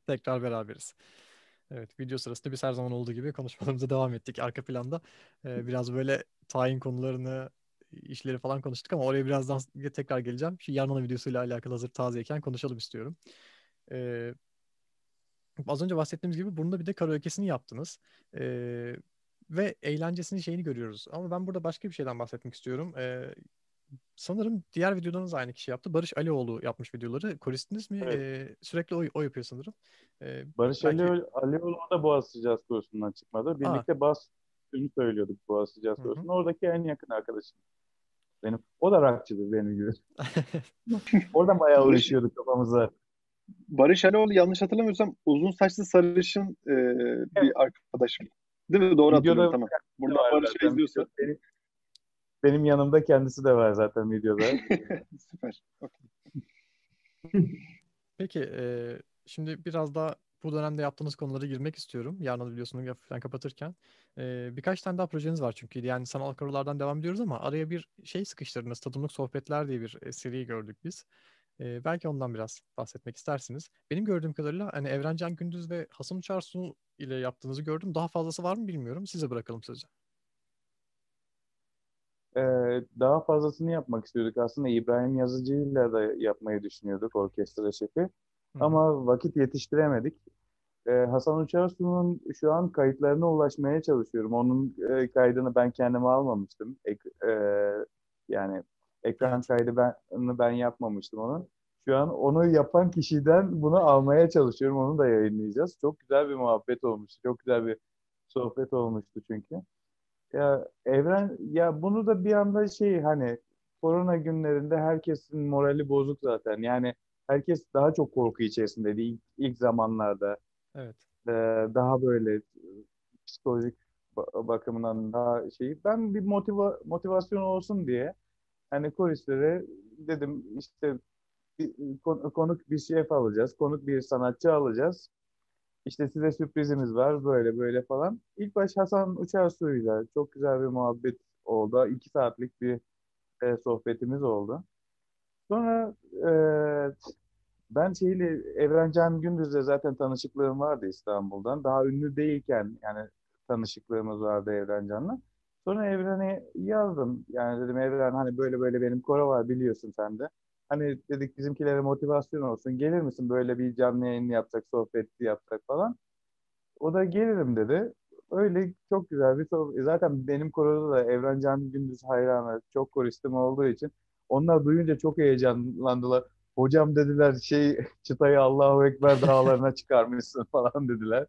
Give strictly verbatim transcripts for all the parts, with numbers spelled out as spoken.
Tekrar beraberiz. Evet, video sırasında biz her zaman olduğu gibi konuşmalarımıza devam ettik arka planda. Ee, biraz böyle tayin konularını, işleri falan konuştuk ama oraya birazdan tekrar geleceğim. Şu Yarna'nın videosuyla alakalı hazır tazeyken konuşalım istiyorum. Ee, Az önce bahsettiğimiz gibi bunun bir de karaoke'sini yaptınız. Ee, Ve eğlencesini şeyini görüyoruz. Ama ben burada başka bir şeyden bahsetmek istiyorum. Ee, sanırım diğer videolarınız aynı kişi yaptı. Barış Alioğlu yapmış videoları. Koristiniz mi? Evet. Ee, sürekli o, o yapıyor sanırım. Ee, Barış belki... Ali Alioğlu da Boğaziçi Caz Korosu'ndan çıkmadı. Aa, Birlikte bas türünü söylüyorduk Boğaziçi Caz hı hı. Korosu'nda. Oradaki en yakın arkadaşım benim. O da rockçıdır benim gibi. Oradan bayağı Barış, uyuşuyorduk kafamıza. Barış Alioğlu yanlış hatırlamıyorsam uzun saçlı sarışın e, Evet. bir arkadaşım. Değil mi? Doğru hatırlıyorum, Videoda tamam. da Buradan var Barış'ı zaten. izliyorsa. Benim, benim yanımda kendisi de var zaten videoda. Süper. Okey. peki, e, şimdi biraz daha bu dönemde yaptığınız konulara girmek istiyorum. Yarın videosunu falan kapatırken. E, birkaç tane daha projeniz var çünkü. Yani sanal korolardan devam ediyoruz ama araya bir şey sıkıştırdınız. Tadımlık Sohbetler diye bir e, seri gördük biz. E, belki ondan biraz bahsetmek istersiniz. Benim gördüğüm kadarıyla hani Evrencan Gündüz ve Hasan Uçarsu ile yaptığınızı gördüm. Daha fazlası var mı bilmiyorum. Size bırakalım sözü. Ee, Daha fazlasını yapmak istiyorduk. Aslında İbrahim Yazıcı'yla da yapmayı düşünüyorduk, orkestra şefi. Hı hı. Ama vakit yetiştiremedik. Ee, Hasan Uçarsu'nun şu an kayıtlarına ulaşmaya çalışıyorum. Onun e, kaydını ben kendime almamıştım. Ek- e, yani ekran Evet. kaydı ben, ben yapmamıştım onu. Şu an onu yapan kişiden bunu almaya çalışıyorum. Onu da yayınlayacağız. Çok güzel bir muhabbet olmuştu. Çok güzel bir sohbet olmuştu çünkü. Ya Evren, ya bunu da bir anda şey, hani korona günlerinde herkesin morali bozuk zaten. Yani herkes daha çok korku içerisindeydi ilk, ilk zamanlarda. Evet. Ee, Daha böyle e, psikolojik ba- bakımından daha şey. Ben bir motiva motivasyon olsun diye hani kulislere dedim işte bir, kon- konuk bir şef alacağız. Konuk bir sanatçı alacağız. İşte size sürprizimiz var böyle böyle falan. İlk baş Hasan Uçarsu'yla çok güzel bir muhabbet oldu. İki saatlik bir e, sohbetimiz oldu. Sonra e, ben şeyle Evrencan Gündüz'le zaten tanışıklığım vardı İstanbul'dan. Daha ünlü değilken yani tanışıklığımız vardı Evrencan'la. Sonra Evren'e yazdım. Yani dedim Evren, hani böyle böyle benim koro var biliyorsun sen de. Hani dedik bizimkilere motivasyon olsun. Gelir misin, böyle bir canlı yayın yapsak, sohbet yapsak falan. O da gelirim dedi. Öyle çok güzel bir sohbet. Zaten benim koroda da Evren Can Gündüz hayranı, çok koristim olduğu için onlar duyunca çok heyecanlandılar. Hocam dediler, şey çıtayı Allahu Ekber dağlarına çıkarmışsın falan dediler.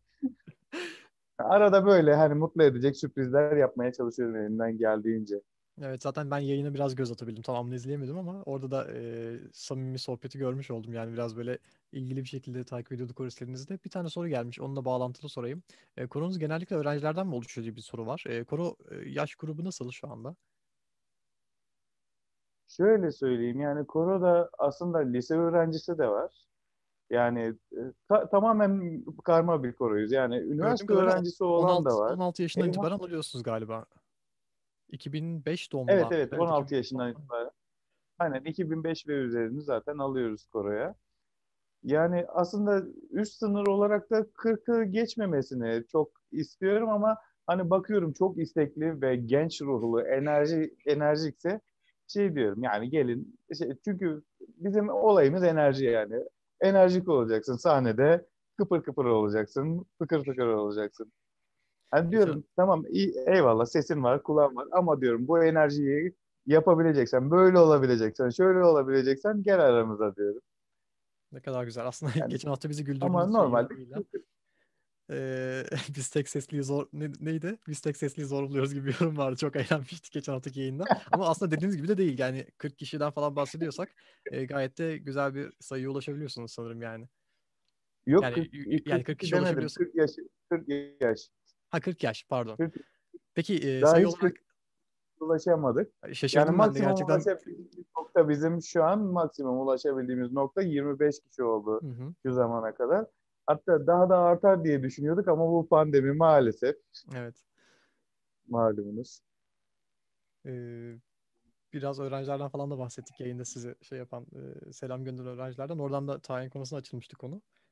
Arada böyle hani mutlu edecek sürprizler yapmaya çalışıyorum elimden geldiğince. Evet, zaten ben yayına biraz göz atabildim. Tamamını izleyemedim ama orada da e, samimi sohbeti görmüş oldum. Yani biraz böyle ilgili bir şekilde takip ediyorduk koristlerinizi de. Bir tane soru gelmiş. Onunla bağlantılı sorayım. E, koronuz genellikle öğrencilerden mi oluşuyor diye bir soru var. E, koro e, yaş grubu nasıl şu anda? Şöyle söyleyeyim, yani koroda aslında lise öğrencisi de var. Yani e, ta- tamamen karma bir koroyuz. Yani Gördüğüm üniversite kadarıyla öğrencisi olan da on altı var. on altı yaşından Ev itibaren alıyorsunuz galiba. iki bin beş Evet doğumlular. evet, Evet, on altı iki bin beş yaşından doğumlular. itibaren. Aynen iki bin beş ve üzerini zaten alıyoruz koroya. Yani aslında üst sınır olarak da kırkı geçmemesini çok istiyorum ama hani bakıyorum çok istekli ve genç ruhlu, enerji enerjikse şey diyorum yani gelin şey, çünkü bizim olayımız enerji yani. Enerjik olacaksın sahnede, kıpır kıpır olacaksın, fıkır fıkır olacaksın. Hani Geçen, diyorum tamam iyi, eyvallah sesin var, kulağın var ama diyorum bu enerjiyi yapabileceksen, böyle olabileceksen, şöyle olabileceksen gel aramıza diyorum. ne kadar güzel. Aslında Yani geçen hafta bizi ama güldürdünüz şey normalde yorumuyla. Ee, biz tek sesliyi zor ne- neydi? Biz tek sesliyi zor buluyoruz gibi bir yorum vardı. Çok eğlenmiştik geçen haftaki yayında. Ama aslında dediğiniz gibi de değil. Yani kırk kişiden falan bahsediyorsak e, gayet de güzel bir sayıya ulaşabiliyorsunuz sanırım yani. yok Yani kırk, y- y- yani kırk kırk iki kişi demedim. ulaşabiliyorsun. kırk yaş, kırk yaş. Ha, kırk yaş pardon. kırk, Peki e, daha sayı hiç olarak kırk ulaşamadık. Yani şaşırdım ben de maksimum gerçekten. ulaşabildiğimiz nokta, bizim şu an maksimum ulaşabildiğimiz nokta yirmi beş kişi oldu Hı hı, şu zamana kadar. Hatta daha da artar diye düşünüyorduk ama bu pandemi maalesef evet. malumunuz. Ee, Biraz öğrencilerden falan da bahsettik yayında size şey yapan e, selam gönderen öğrencilerden. Oradan da tayin konusuna açılmıştı konu.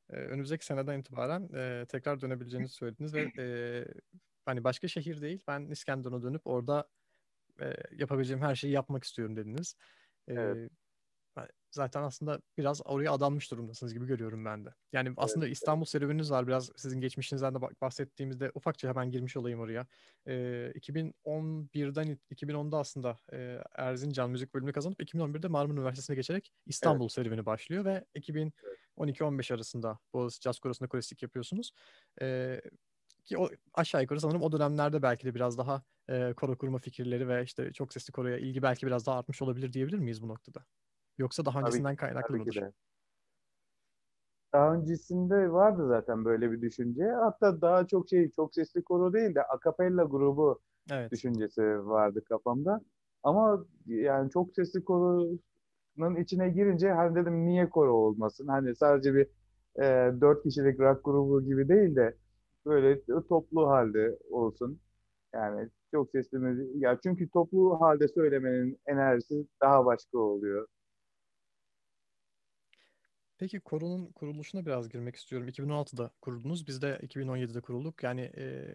e, önümüzdeki seneden itibaren e, tekrar dönebileceğinizi söylediniz ve e, hani başka şehir değil, ben İskenderun'a dönüp orada e, yapabileceğim her şeyi yapmak istiyorum dediniz. Evet, E, ben- Zaten aslında biraz oraya adanmış durumdasınız gibi görüyorum ben de. Yani evet, aslında İstanbul serüveniniz var. Biraz sizin geçmişinizden de bah- bahsettiğimizde ufakça hemen girmiş olayım oraya. Ee, iki bin on birden it- iki bin onda aslında e, Erzincan müzik bölümünü kazanıp iki bin on birde Marmara Üniversitesi'ne geçerek evet, İstanbul serüveni başlıyor ve iki bin on iki on beş arasında Boğaziçi Caz Korosu'nda koristlik yapıyorsunuz. Ee, Ki o aşağı yukarı sanırım o dönemlerde belki de biraz daha e, koro kurma fikirleri ve işte çok sesli koroya ilgi belki biraz daha artmış olabilir diyebilir miyiz bu noktada? Yoksa daha tabii ki, öncesinden kaynaklı tabii ki mıdır? de. Daha öncesinde vardı zaten böyle bir düşünce. Hatta daha çok şey, çok sesli koro değil de akapella grubu Evet. düşüncesi vardı kafamda. Ama yani çok sesli koronun içine girince hani dedim niye koro olmasın? Hani sadece bir e, dört kişilik rock grubu gibi değil de böyle toplu halde olsun. Yani çok sesli müzik. Ya çünkü toplu halde söylemenin enerjisi daha başka oluyor. Peki koronun kuruluşuna biraz girmek istiyorum. iki bin on altıda kuruldunuz. Biz de iki bin on yedide kurulduk. Yani e,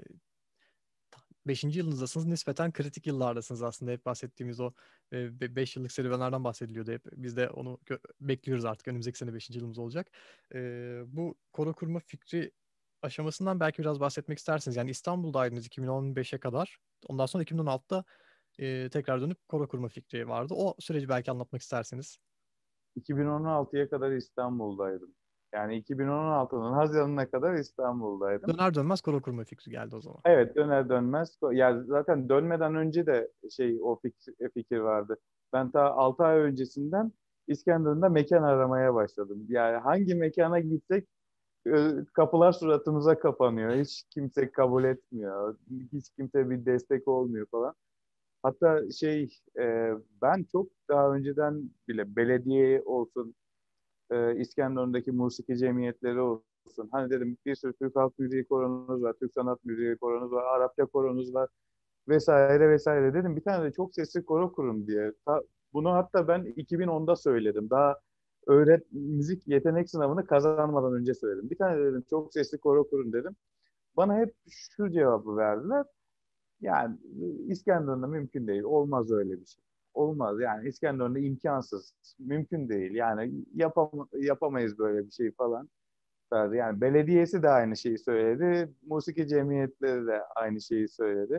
beşinci yılınızdasınız. Nispeten kritik yıllardasınız aslında. Hep bahsettiğimiz o beş yıllık serüvenlerden bahsediliyordu hep. Biz de onu gö- bekliyoruz artık. Önümüzdeki sene beşinci yılımız olacak. E, bu koro kurma fikri aşamasından belki biraz bahsetmek istersiniz. Yani İstanbul'daydınız iki bin on beşe kadar. Ondan sonra iki bin on altıda e, tekrar dönüp koro kurma fikri vardı. O süreci belki anlatmak isterseniz. iki bin on altıya kadar İstanbul'daydım. Yani iki bin on altının Haziran'ına kadar İstanbul'daydım. Döner dönmez koro kurma fikri geldi o zaman. Evet, döner dönmez. Ya zaten dönmeden önce de şey o fikir, fikir vardı. Ben ta altı ay öncesinden İskenderun'da mekan aramaya başladım. Yani hangi mekana gitsek e, kapılar suratımıza kapanıyor. Hiç kimse kabul etmiyor. Hiç kimse bir destek olmuyor falan. Hatta şey e, ben çok daha önceden bile belediye olsun, e, İskenderun'daki musiki cemiyetleri olsun. Hani dedim bir sürü Türk halk müziği koronuz var, Türk sanat müziği koronuz var, Arapça koronuz var vesaire vesaire dedim. Bir tane de çok sesli koro kurun diye. Ta- bunu hatta ben iki bin onda söyledim. Daha öğret müzik yetenek sınavını kazanmadan önce söyledim. Bir tane dedim çok sesli koro kurun dedim. Bana hep şu cevabı verdiler. Yani İskenderun'da mümkün değil. Olmaz öyle bir şey. Olmaz yani İskenderun'da imkansız. Mümkün değil. Yani yapam yapamayız böyle bir şey falan. Yani belediyesi de aynı şeyi söyledi. Musiki cemiyetleri de aynı şeyi söyledi.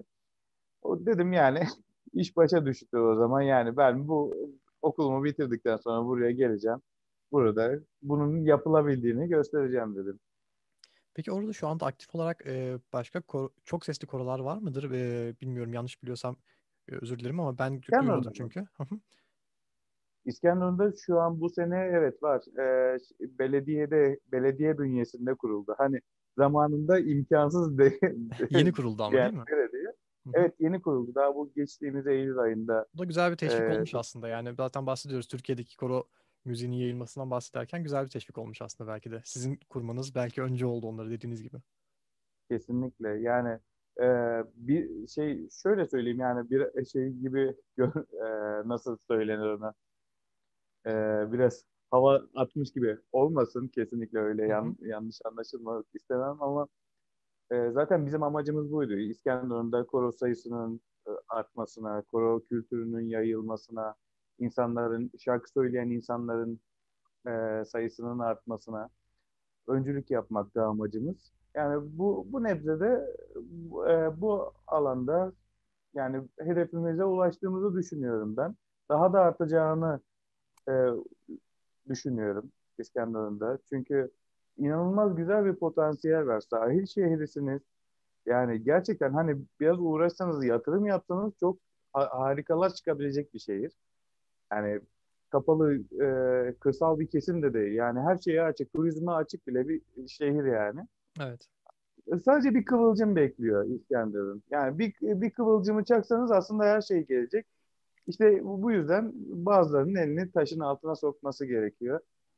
O dedim yani iş başa düştü o zaman. Yani ben bu okulumu bitirdikten sonra buraya geleceğim. Burada bunun yapılabildiğini göstereceğim dedim. Peki orada şu anda aktif olarak e, başka koro- çok sesli korolar var mıdır? E, bilmiyorum, yanlış biliyorsam e, özür dilerim ama ben duymadım İskenderun'da mı? çünkü. Hı hı. İskenderun'da şu an bu sene evet var. Ee, belediyede belediye bünyesinde kuruldu. Hani zamanında imkansız de, Yeni kuruldu ama diyen değil mi? belediye. Hı hı. Evet yeni kuruldu. Daha bu geçtiğimiz Eylül ayında. Bu da güzel bir teşvik e, olmuş aslında. Yani zaten bahsediyoruz Türkiye'deki koro müziğinin yayılmasından bahsederken güzel bir teşvik olmuş aslında belki de. Sizin kurmanız belki önce oldu onları dediğiniz gibi. Kesinlikle. Yani e, bir şey şöyle söyleyeyim yani bir şey gibi gör- e, nasıl söylenir ona E, biraz hava atmış gibi olmasın kesinlikle öyle Hı hı. yan, yanlış anlaşılmak istemem ama e, zaten bizim amacımız buydu. İskenderun'da koro sayısının e, artmasına, koro kültürünün yayılmasına, insanların şarkı söyleyen insanların e, sayısının artmasına öncülük yapmak da amacımız. Yani bu bu nebzede bu, e, bu alanda yani hedefimize ulaştığımızı düşünüyorum ben. Daha da artacağını e, düşünüyorum İskenderun'da. Çünkü inanılmaz güzel bir potansiyel var. Sahil şehrisiniz. Yani gerçekten hani biraz uğraşsanız, yatırım yapsanız çok ha- harikalar çıkabilecek bir şehir. Yani kapalı, e, kırsal bir kesim de değil. Yani her şeye açık, turizme açık bile bir şehir yani. Evet. E, Sadece bir kıvılcım bekliyor İskenderun. Yani bir, bir kıvılcımı çaksanız aslında her şey gelecek. İşte bu bu yüzden bazılarının elini taşın altına sokması gerekiyor.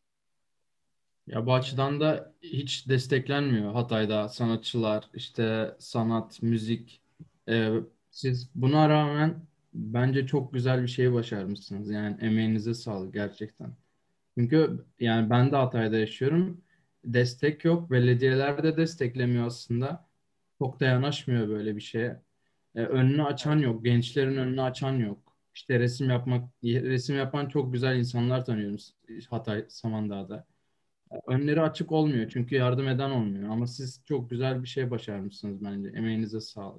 Ya bu açıdan da hiç desteklenmiyor Hatay'da sanatçılar, işte sanat, müzik. Ee, Siz buna rağmen bence çok güzel bir şey başarmışsınız. Yani emeğinize sağlık gerçekten. Çünkü yani ben de Hatay'da yaşıyorum. destek yok. Belediyeler de desteklemiyor aslında. Çok da yanaşmıyor böyle bir şeye. E, önünü açan Evet. yok. Gençlerin önünü açan yok. İşte resim yapmak, resim yapan çok güzel insanlar tanıyoruz Hatay, Samandağ'da. Önleri açık olmuyor çünkü yardım eden olmuyor. Ama siz çok güzel bir şey başarmışsınız bence. Emeğinize sağlık.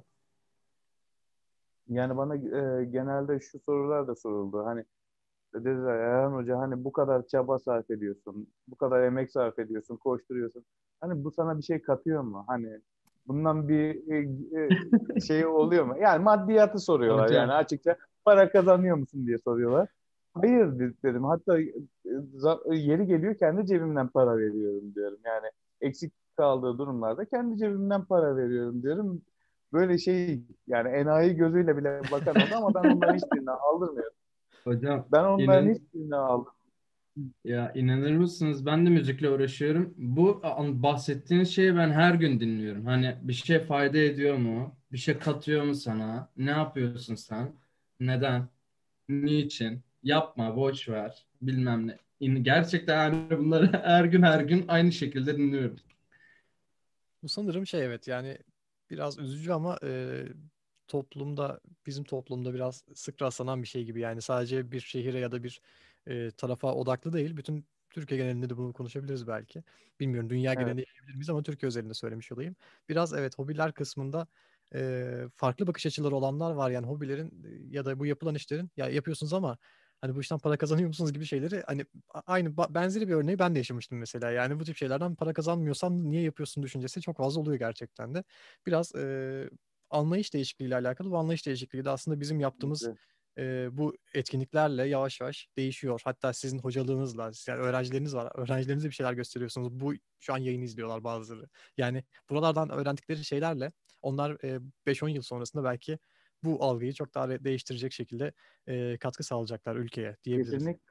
Yani bana e, genelde şu sorular da soruldu. Hani dediler Erhan Hoca hani bu kadar çaba sarf ediyorsun, bu kadar emek sarf ediyorsun, koşturuyorsun. Hani bu sana bir şey katıyor mu? Hani bundan bir e, e, şey oluyor mu? Yani maddiyatı soruyorlar yani Hocam, açıkça para kazanıyor musun diye soruyorlar. Hayır de- dedim. Hatta e, za- yeri geliyor kendi cebimden para veriyorum diyorum. Yani eksik kaldığı durumlarda kendi cebimden para veriyorum diyorum. Böyle şey yani enayi gözüyle bile bakan oldu ama ben onların hiçbirini aldırmıyorum. hocam Ben onların inan hiçbirini aldım. ya inanır mısınız? Ben de müzikle uğraşıyorum. Bu an- bahsettiğiniz şeyi ben her gün dinliyorum. Hani bir şey fayda ediyor mu? Bir şey katıyor mu sana? Ne yapıyorsun sen? Neden? Niçin? Yapma, boş ver. Bilmem ne. İn- Gerçekten yani bunları her gün her gün aynı şekilde dinliyorum. Bu sanırım şey, evet, yani biraz üzücü ama e, toplumda, bizim toplumda biraz sık rastlanan bir şey gibi. Yani sadece bir şehire ya da bir e, tarafa odaklı değil. Bütün Türkiye genelinde de bunu konuşabiliriz belki. Bilmiyorum, dünya Evet, genelinde yapabilir miyiz, ama Türkiye özelinde söylemiş olayım. Biraz evet, hobiler kısmında e, farklı bakış açıları olanlar var. Yani hobilerin e, ya da bu yapılan işlerin, ya yapıyorsunuz ama hani bu işten para kazanıyor musunuz gibi şeyleri, hani a- aynı ba- benzeri bir örneği ben de yaşamıştım mesela. Yani bu tip şeylerden para kazanmıyorsan niye yapıyorsun düşüncesi çok fazla oluyor gerçekten de. Biraz e, anlayış değişikliğiyle alakalı. Bu anlayış değişikliği de aslında bizim yaptığımız kesinlikle. e, bu etkinliklerle yavaş yavaş değişiyor. Hatta sizin hocalığınızla, yani öğrencileriniz var. Öğrencilerinize bir şeyler gösteriyorsunuz. Bu şu an yayını izliyorlar bazıları. Yani buralardan öğrendikleri şeylerle onlar e, beş on yıl sonrasında belki bu algıyı çok daha re- değiştirecek şekilde e, katkı sağlayacaklar ülkeye diyebiliriz. Kesinlikle.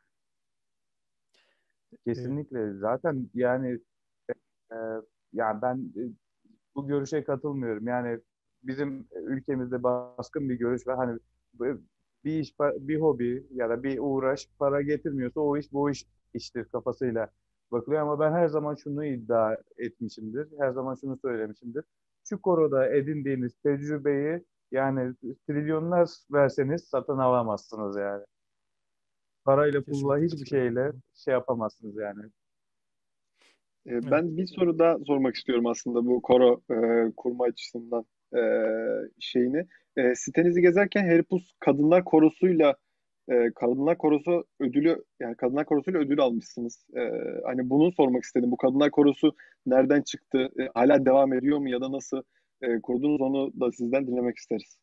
E, Kesinlikle. Zaten yani e, yani ben e, bu görüşe katılmıyorum. Yani bizim ülkemizde baskın bir görüş var. Hani bu- bir iş, bir hobi ya da bir uğraş para getirmiyorsa o iş bu iş iştir kafasıyla bakılıyor. Ama ben her zaman şunu iddia etmişimdir. Her zaman şunu söylemişimdir. Şu koroda edindiğiniz tecrübeyi yani trilyonlar verseniz satın alamazsınız yani. Parayla pulla Kesinlikle hiçbir katılıyorum. şeyle şey yapamazsınız yani. E, Evet. Ben bir soru daha sormak istiyorum aslında bu koro e, kurma açısından e, şeyini. E, sitenizi gezerken Heripus Kadınlar Korosu'yla e, Kadınlar Korosu ödülü yani Kadınlar Korosu'yla ödül almışsınız. E, hani bunu sormak istedim. Bu Kadınlar Korosu nereden çıktı? E, hala devam ediyor mu ya da nasıl e, kurdunuz onu da sizden dinlemek isteriz.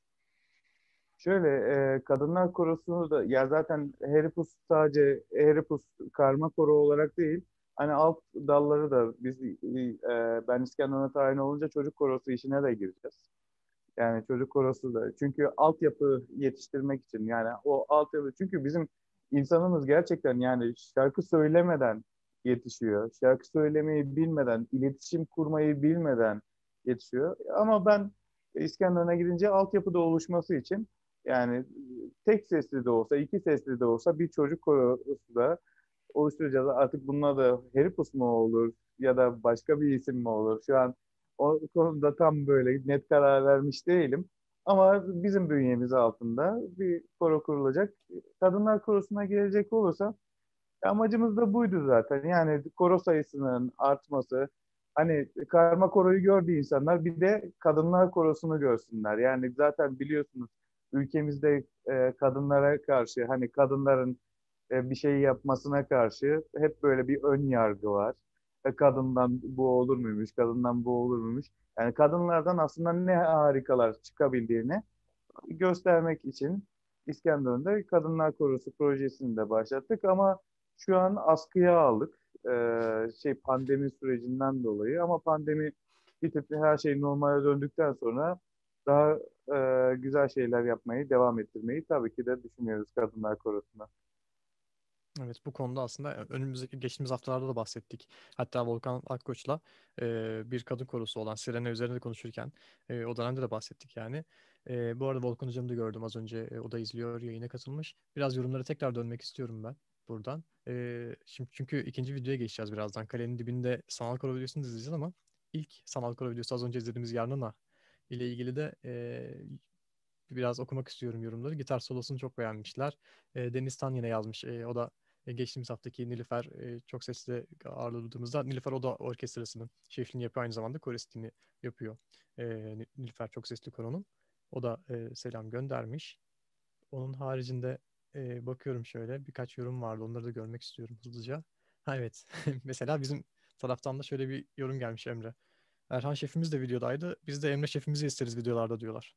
Şöyle e, kadınlar korosunu da ya zaten Heripus sadece Heripus karma koro olarak değil hani alt dalları da biz e, ben İskenderun'a tayin olunca çocuk korosu işine de gireceğiz. Yani çocuk korosu da çünkü altyapı yetiştirmek için yani o altyapı çünkü bizim insanımız gerçekten yani şarkı söylemeden yetişiyor. Şarkı söylemeyi bilmeden, iletişim kurmayı bilmeden yetişiyor. Ama ben İskenderun'a gidince altyapıda oluşması için yani tek sesli de olsa, iki sesli de olsa bir çocuk korosu da oluşturacağız. Artık bununla da Heripus mu olur ya da başka bir isim mi olur? Şu an o konuda tam böyle net karar vermiş değilim. Ama bizim bünyemiz altında bir koro kurulacak. Kadınlar korosuna gelecek olursa amacımız da buydu zaten. Yani koro sayısının artması. Hani karma koroyu gördü insanlar bir de kadınlar korosunu görsünler. Yani zaten biliyorsunuz ülkemizde e, kadınlara karşı hani kadınların e, bir şey yapmasına karşı hep böyle bir ön yargı var. E, kadından bu olur muymuş, kadından bu olur muymuş? Yani kadınlardan aslında ne harikalar çıkabildiğini göstermek için İskenderun'da Kadınlar Korosu projesini de başlattık ama şu an askıya aldık. Ee, şey pandemi sürecinden dolayı ama pandemi bitip her şey normale döndükten sonra daha e, güzel şeyler yapmayı devam ettirmeyi tabii ki de düşünüyoruz Kadınlar Korosu'na. Evet, bu konuda aslında önümüzdeki geçtiğimiz haftalarda da bahsettik. Hatta Volkan Akkoç'la e, bir kadın korosu olan Sirene üzerinde konuşurken e, o dönemde de bahsettik yani. E, bu arada Volkan hocamı da gördüm az önce. E, o da izliyor, yayına katılmış. Biraz yorumlara tekrar dönmek istiyorum ben. buradan. Ee, şimdi çünkü ikinci videoya geçeceğiz birazdan. Kalenin dibinde sanal koro videosunu da izleyeceğiz ama ilk sanal koro videosu az önce izlediğimiz Yarnana ile ilgili de e, biraz okumak istiyorum yorumları. Gitar solosunu çok beğenmişler. E, Deniz Tan yine yazmış. E, o da e, geçtiğimiz haftaki Nilüfer e, çok sesli ağırladığımızda Nilüfer o da orkestrasının şefliğini yapıyor, aynı zamanda koristliğini yapıyor. E, Nilüfer çok sesli koronun. O da e, selam göndermiş. Onun haricinde e, bakıyorum şöyle birkaç yorum vardı. Onları da görmek istiyorum hızlıca. Ha evet. Mesela bizim taraftan da şöyle bir yorum gelmiş Emre. Erhan şefimiz de videodaydı. Biz de Emre şefimizi isteriz videolarda diyorlar.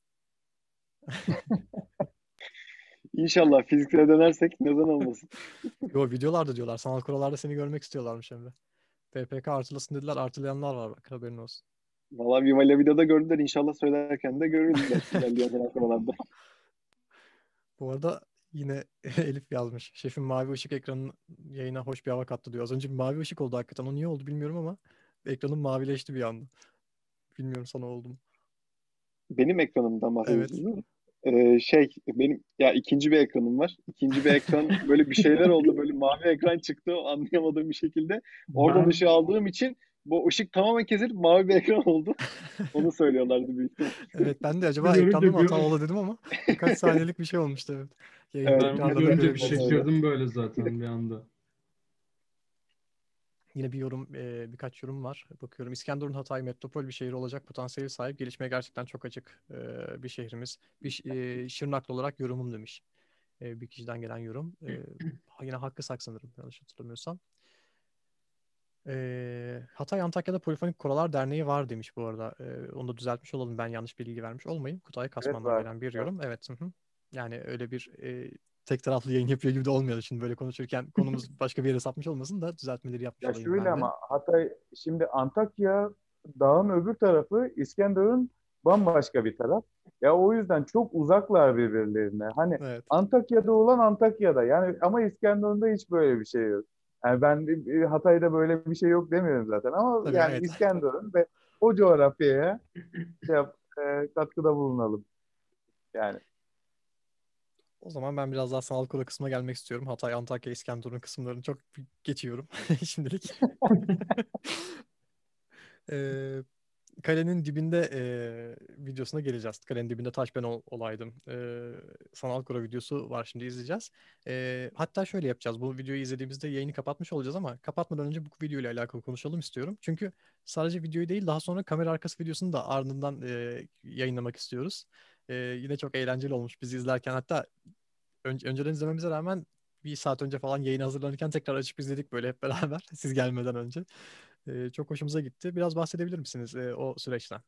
İnşallah fiziksel dönersek neden olmasın. Yo, videolarda diyorlar. Sanal korolarda seni görmek istiyorlarmış Emre. P P K artılasın dediler. Artılayanlar var bak, haberin olsun. Valla Vival'le videoda gördüler. İnşallah söylerken de görürler ilerleyen zamanlarda. Bu arada yine Elif yazmış. Şefim mavi ışık ekranın yayına hoş bir hava kattı diyor. Az önce bir mavi ışık oldu hakikaten. O niye oldu bilmiyorum ama ekranım mavileşti bir anda. Bilmiyorum sana oldu mu? Benim ekranımdan Evet. bahsediyorsunuz değil mi? Ee, şey benim ya ikinci bir ekranım var. İkinci bir ekran böyle bir şeyler oldu. Böyle mavi ekran çıktı anlayamadığım bir şekilde. Oradan Ben ışığı aldığım için bu ışık tamamen kesilip mavi bir ekran oldu. Onu söylüyorlardı büyük ihtimal. Evet, ben de de acaba görünce ekranda mı bir, hata oldu dedim ama birkaç saniyelik bir şey olmuştu, evet. Yayın Evet, ben onu tekrarlarını görünce bir gerçekten görebiliriz. öyle. şaşırdım böyle zaten bir anda. Yine bir yorum, e, birkaç yorum var. Bakıyorum. İskenderun Hatay metropol bir şehir olacak potansiyeli sahip. Gelişmeye gerçekten çok açık e, bir şehrimiz. Bir ş- e, Şırnaklı olarak yorumum demiş. E, bir kişiden gelen yorum. E, yine Hakkı Sak sanırım, yanlış hatırlamıyorsam. E, Hatay Antakya'da Polifonik Korolar Derneği var demiş bu arada. E, onu da düzeltmiş olalım, ben yanlış bilgi vermiş olmayayım. Kutay Evet, Kasman'dan var. gelen bir var. yorum. Evet. Hı hı. Yani öyle bir e, tek taraflı yayın yapıyor gibi de olmayalım. Şimdi böyle konuşurken konumuz başka bir yere sapmış olmasın da düzeltmeleri yapmış Ya olayım şöyle ben de. ama Hatay, şimdi Antakya dağın öbür tarafı, İskenderun bambaşka bir taraf. Ya o yüzden çok uzaklar birbirlerine. Hani Evet. Antakya'da olan Antakya'da yani, ama İskenderun'da hiç böyle bir şey yok. Yani ben e, Hatay'da böyle bir şey yok demiyorum zaten, ama Tabii, yani evet. İskenderun ve o coğrafyaya şey yap, e, katkıda bulunalım yani. O zaman ben biraz daha sanal koro kısmına gelmek istiyorum. Hatay, Antakya, İskenderun kısımlarını çok geçiyorum şimdilik. Ee, Kalenin dibinde e, videosuna geleceğiz. Kalenin dibinde taş ben ol- olaydım. Ee, sanal koro videosu var, şimdi izleyeceğiz. Ee, hatta şöyle yapacağız. Bu videoyu izlediğimizde yayını kapatmış olacağız ama kapatmadan önce bu video ile alakalı konuşalım istiyorum. Çünkü sadece videoyu değil, daha sonra kamera arkası videosunu da ardından e, yayınlamak istiyoruz. Ee, yine çok eğlenceli olmuş bizi izlerken. Hatta ön- önceden izlememize rağmen bir saat önce falan yayına hazırlanırken tekrar açıp izledik böyle hep beraber siz gelmeden önce. Ee, çok hoşumuza gitti. Biraz bahsedebilir misiniz e, o süreçten?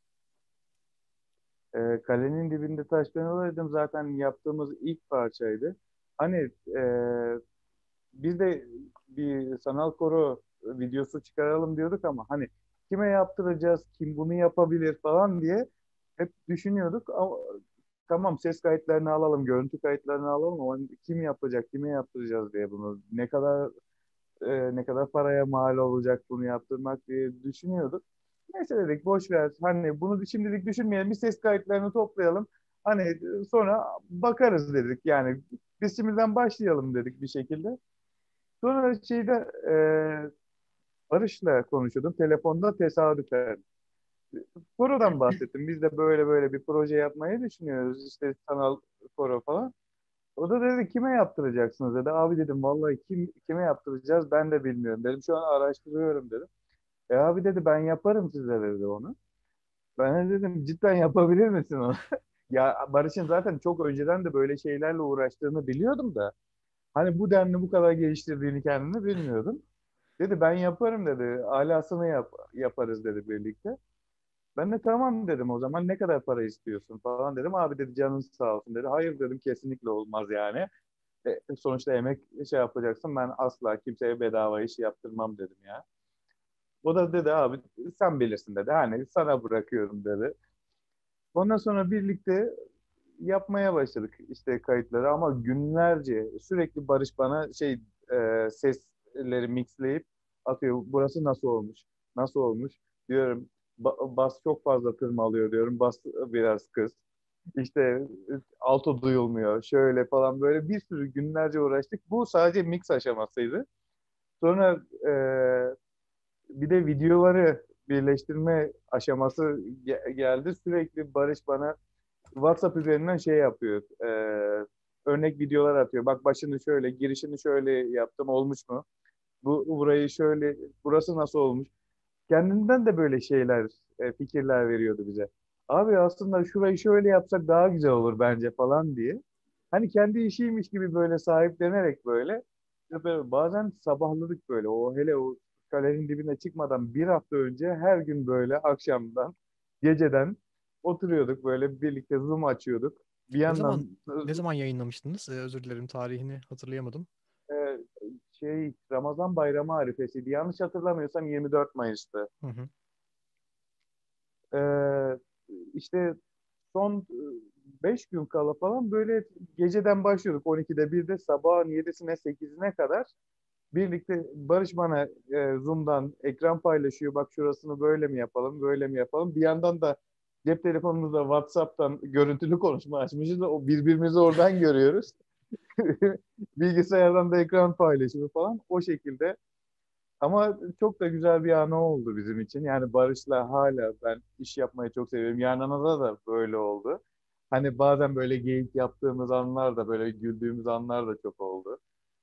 E, kalenin dibinde taş ben olaydım zaten yaptığımız ilk parçaydı. Hani e, biz de bir sanal koro videosu çıkaralım diyorduk ama hani kime yaptıracağız, kim bunu yapabilir falan diye hep düşünüyorduk. Ama tamam, ses kayıtlarını alalım, görüntü kayıtlarını alalım ama kim yapacak, kime yaptıracağız diye bunu. Ne kadar e, ne kadar paraya mal olacak bunu yaptırmak diye düşünüyorduk. Neyse dedik, boş ver. Hani bunu şimdilik düşünmeyelim. Bir ses kayıtlarını toplayalım. Hani e, sonra bakarız dedik. Yani biz şimdiden başlayalım dedik bir şekilde. Sonra şeyde e, Barış'la konuşuyordum. Telefonda tesadüfen. Koro'dan bahsettim. Biz de böyle böyle bir proje yapmayı düşünüyoruz. İşte sanal koro falan. O da dedi kime yaptıracaksınız dedi. Abi dedim vallahi kim kime yaptıracağız ben de bilmiyorum dedim. Şu an araştırıyorum dedim. E abi dedi ben yaparım size dedi onu. Ben de dedim cidden yapabilir misin onu? Ya Barış'ın zaten çok önceden de böyle şeylerle uğraştığını biliyordum da. Hani bu denli bu kadar geliştirdiğini kendini bilmiyordum. Dedi ben yaparım dedi. Alasını yap, yaparız dedi birlikte. Ben de tamam dedim, o zaman ne kadar para istiyorsun falan dedim. Abi dedi canın sağ olsun dedi. Hayır dedim, kesinlikle olmaz yani. E, sonuçta emek şey yapacaksın. Ben asla kimseye bedava iş yaptırmam dedim ya. O da dedi abi sen bilirsin dedi. Hani sana bırakıyorum dedi. Ondan sonra birlikte yapmaya başladık işte kayıtları, ama günlerce sürekli Barış bana şey e, sesleri mixleyip atıyor. Burası nasıl olmuş? Nasıl olmuş? Diyorum. Ba- bas çok fazla tırmalıyor diyorum. Bas biraz kız. İşte e, alto duyulmuyor. Şöyle falan böyle bir sürü günlerce uğraştık. Bu sadece mix aşamasıydı. Sonra e, bir de videoları birleştirme aşaması ge- geldi. Sürekli Barış bana WhatsApp üzerinden şey yapıyor. E, örnek videolar atıyor. Bak başını şöyle, girişini şöyle yaptım, olmuş mu? Bu burayı şöyle, burası nasıl olmuş? Kendinden de böyle şeyler, e, fikirler veriyordu bize. Abi aslında şurayı şöyle yapsak daha güzel olur bence falan diye. Hani kendi işiymiş gibi böyle sahiplenerek böyle. Ya böyle bazen sabahladık böyle. O hele o kalenin dibine çıkmadan bir hafta önce her gün böyle akşamdan, geceden oturuyorduk böyle birlikte Zoom açıyorduk. Bir Ne zaman yandan ne zaman yayınlamıştınız? Ee, özür dilerim, tarihini hatırlayamadım. e, şey Ramazan bayramı arifesiydi. Yanlış hatırlamıyorsam yirmi dört Mayıs'tı. Hı hı. Ee, işte son beş gün kala falan böyle geceden başlıyorduk on ikide birde sabahın yedisine sekizine kadar birlikte Barış bana e, Zoom'dan ekran paylaşıyor. Bak şurasını böyle mi yapalım, böyle mi yapalım? Bir yandan da cep telefonumuzda WhatsApp'tan görüntülü konuşma açmışız da o birbirimizi oradan görüyoruz. Bilgisayardan da ekran paylaşımı falan o şekilde. Ama çok da güzel bir anı oldu bizim için. Yani Barış'la hala ben iş yapmayı çok seviyorum. Yarınada da böyle oldu. Hani bazen böyle geyik yaptığımız anlar da böyle güldüğümüz anlar da çok oldu.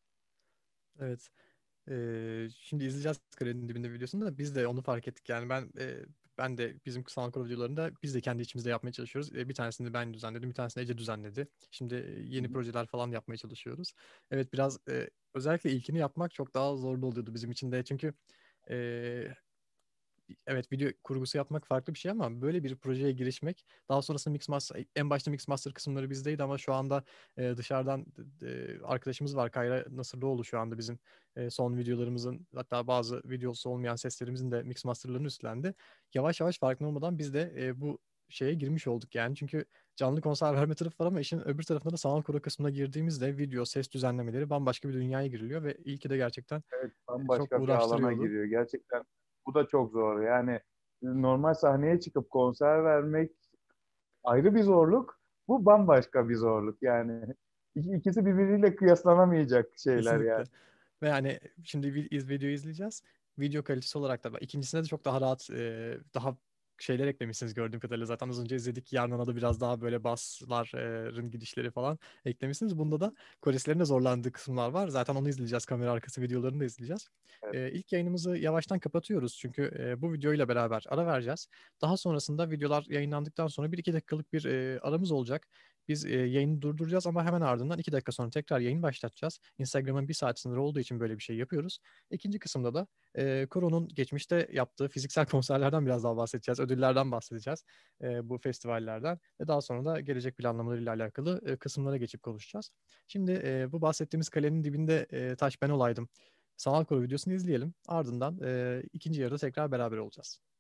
Evet. Ee, şimdi izleyeceğiz Karenin Dibinde videosunu da biz de onu fark ettik. Yani ben e, ben de bizim sanal videolarında biz de kendi içimizde yapmaya çalışıyoruz. E, bir tanesini ben düzenledim, bir tanesini Ece düzenledi. Şimdi e, Hı yeni hı. projeler falan yapmaya çalışıyoruz. Evet, biraz e, özellikle ilkini yapmak çok daha zorlu oluyordu bizim için de. Çünkü e, evet, video kurgusu yapmak farklı bir şey ama böyle bir projeye girişmek, daha sonrasında mix master, en başta mix master kısımları bizdeydi ama şu anda e, dışarıdan e, arkadaşımız var, Kayra Nasırlıoğlu, şu anda bizim e, son videolarımızın, hatta bazı videosu olmayan seslerimizin de mix masterlarını üstlendi. Yavaş yavaş farkında olmadan biz de e, bu şeye girmiş olduk yani, çünkü canlı konser verme tarafı var ama işin öbür tarafında da sanal koro kısmına girdiğimizde video, ses düzenlemeleri bambaşka bir dünyaya giriliyor ve ilki de gerçekten Evet, e, çok bambaşka bir alana uğraştırıyordu. giriyor. Gerçekten bu da çok zor. Yani normal sahneye çıkıp konser vermek ayrı bir zorluk. Bu bambaşka bir zorluk. Yani İki- ikisi birbiriyle kıyaslanamayacak şeyler Kesinlikle. yani. Ve yani şimdi vi- iz, video izleyeceğiz. Video kalitesi olarak da ikincisinde de çok daha rahat, e, daha şeyler eklemişsiniz gördüğüm kadarıyla. Zaten az önce izledik. Yarın da biraz daha böyle bassların gidişleri falan eklemişsiniz. Bunda da koristlerin de zorlandığı kısımlar var. Zaten onu izleyeceğiz. Kamera arkası videolarını da izleyeceğiz. Evet, E, ilk yayınımızı yavaştan kapatıyoruz. Çünkü e, bu videoyla beraber ara vereceğiz. Daha sonrasında videolar yayınlandıktan sonra bir iki dakikalık bir e, aramız olacak. Biz e, yayını durduracağız ama hemen ardından iki dakika sonra tekrar yayın başlatacağız. Instagram'ın bir saat sınırı olduğu için böyle bir şey yapıyoruz. İkinci kısımda da e, Koro'nun geçmişte yaptığı fiziksel konserlerden biraz daha bahsedeceğiz. Ödüllerden bahsedeceğiz, e, bu festivallerden. Ve daha sonra da gelecek planlamalarıyla alakalı e, kısımlara geçip konuşacağız. Şimdi e, bu bahsettiğimiz kalenin dibinde e, taş ben olaydım. Sanal Koro videosunu izleyelim. Ardından e, ikinci yarıda tekrar beraber olacağız.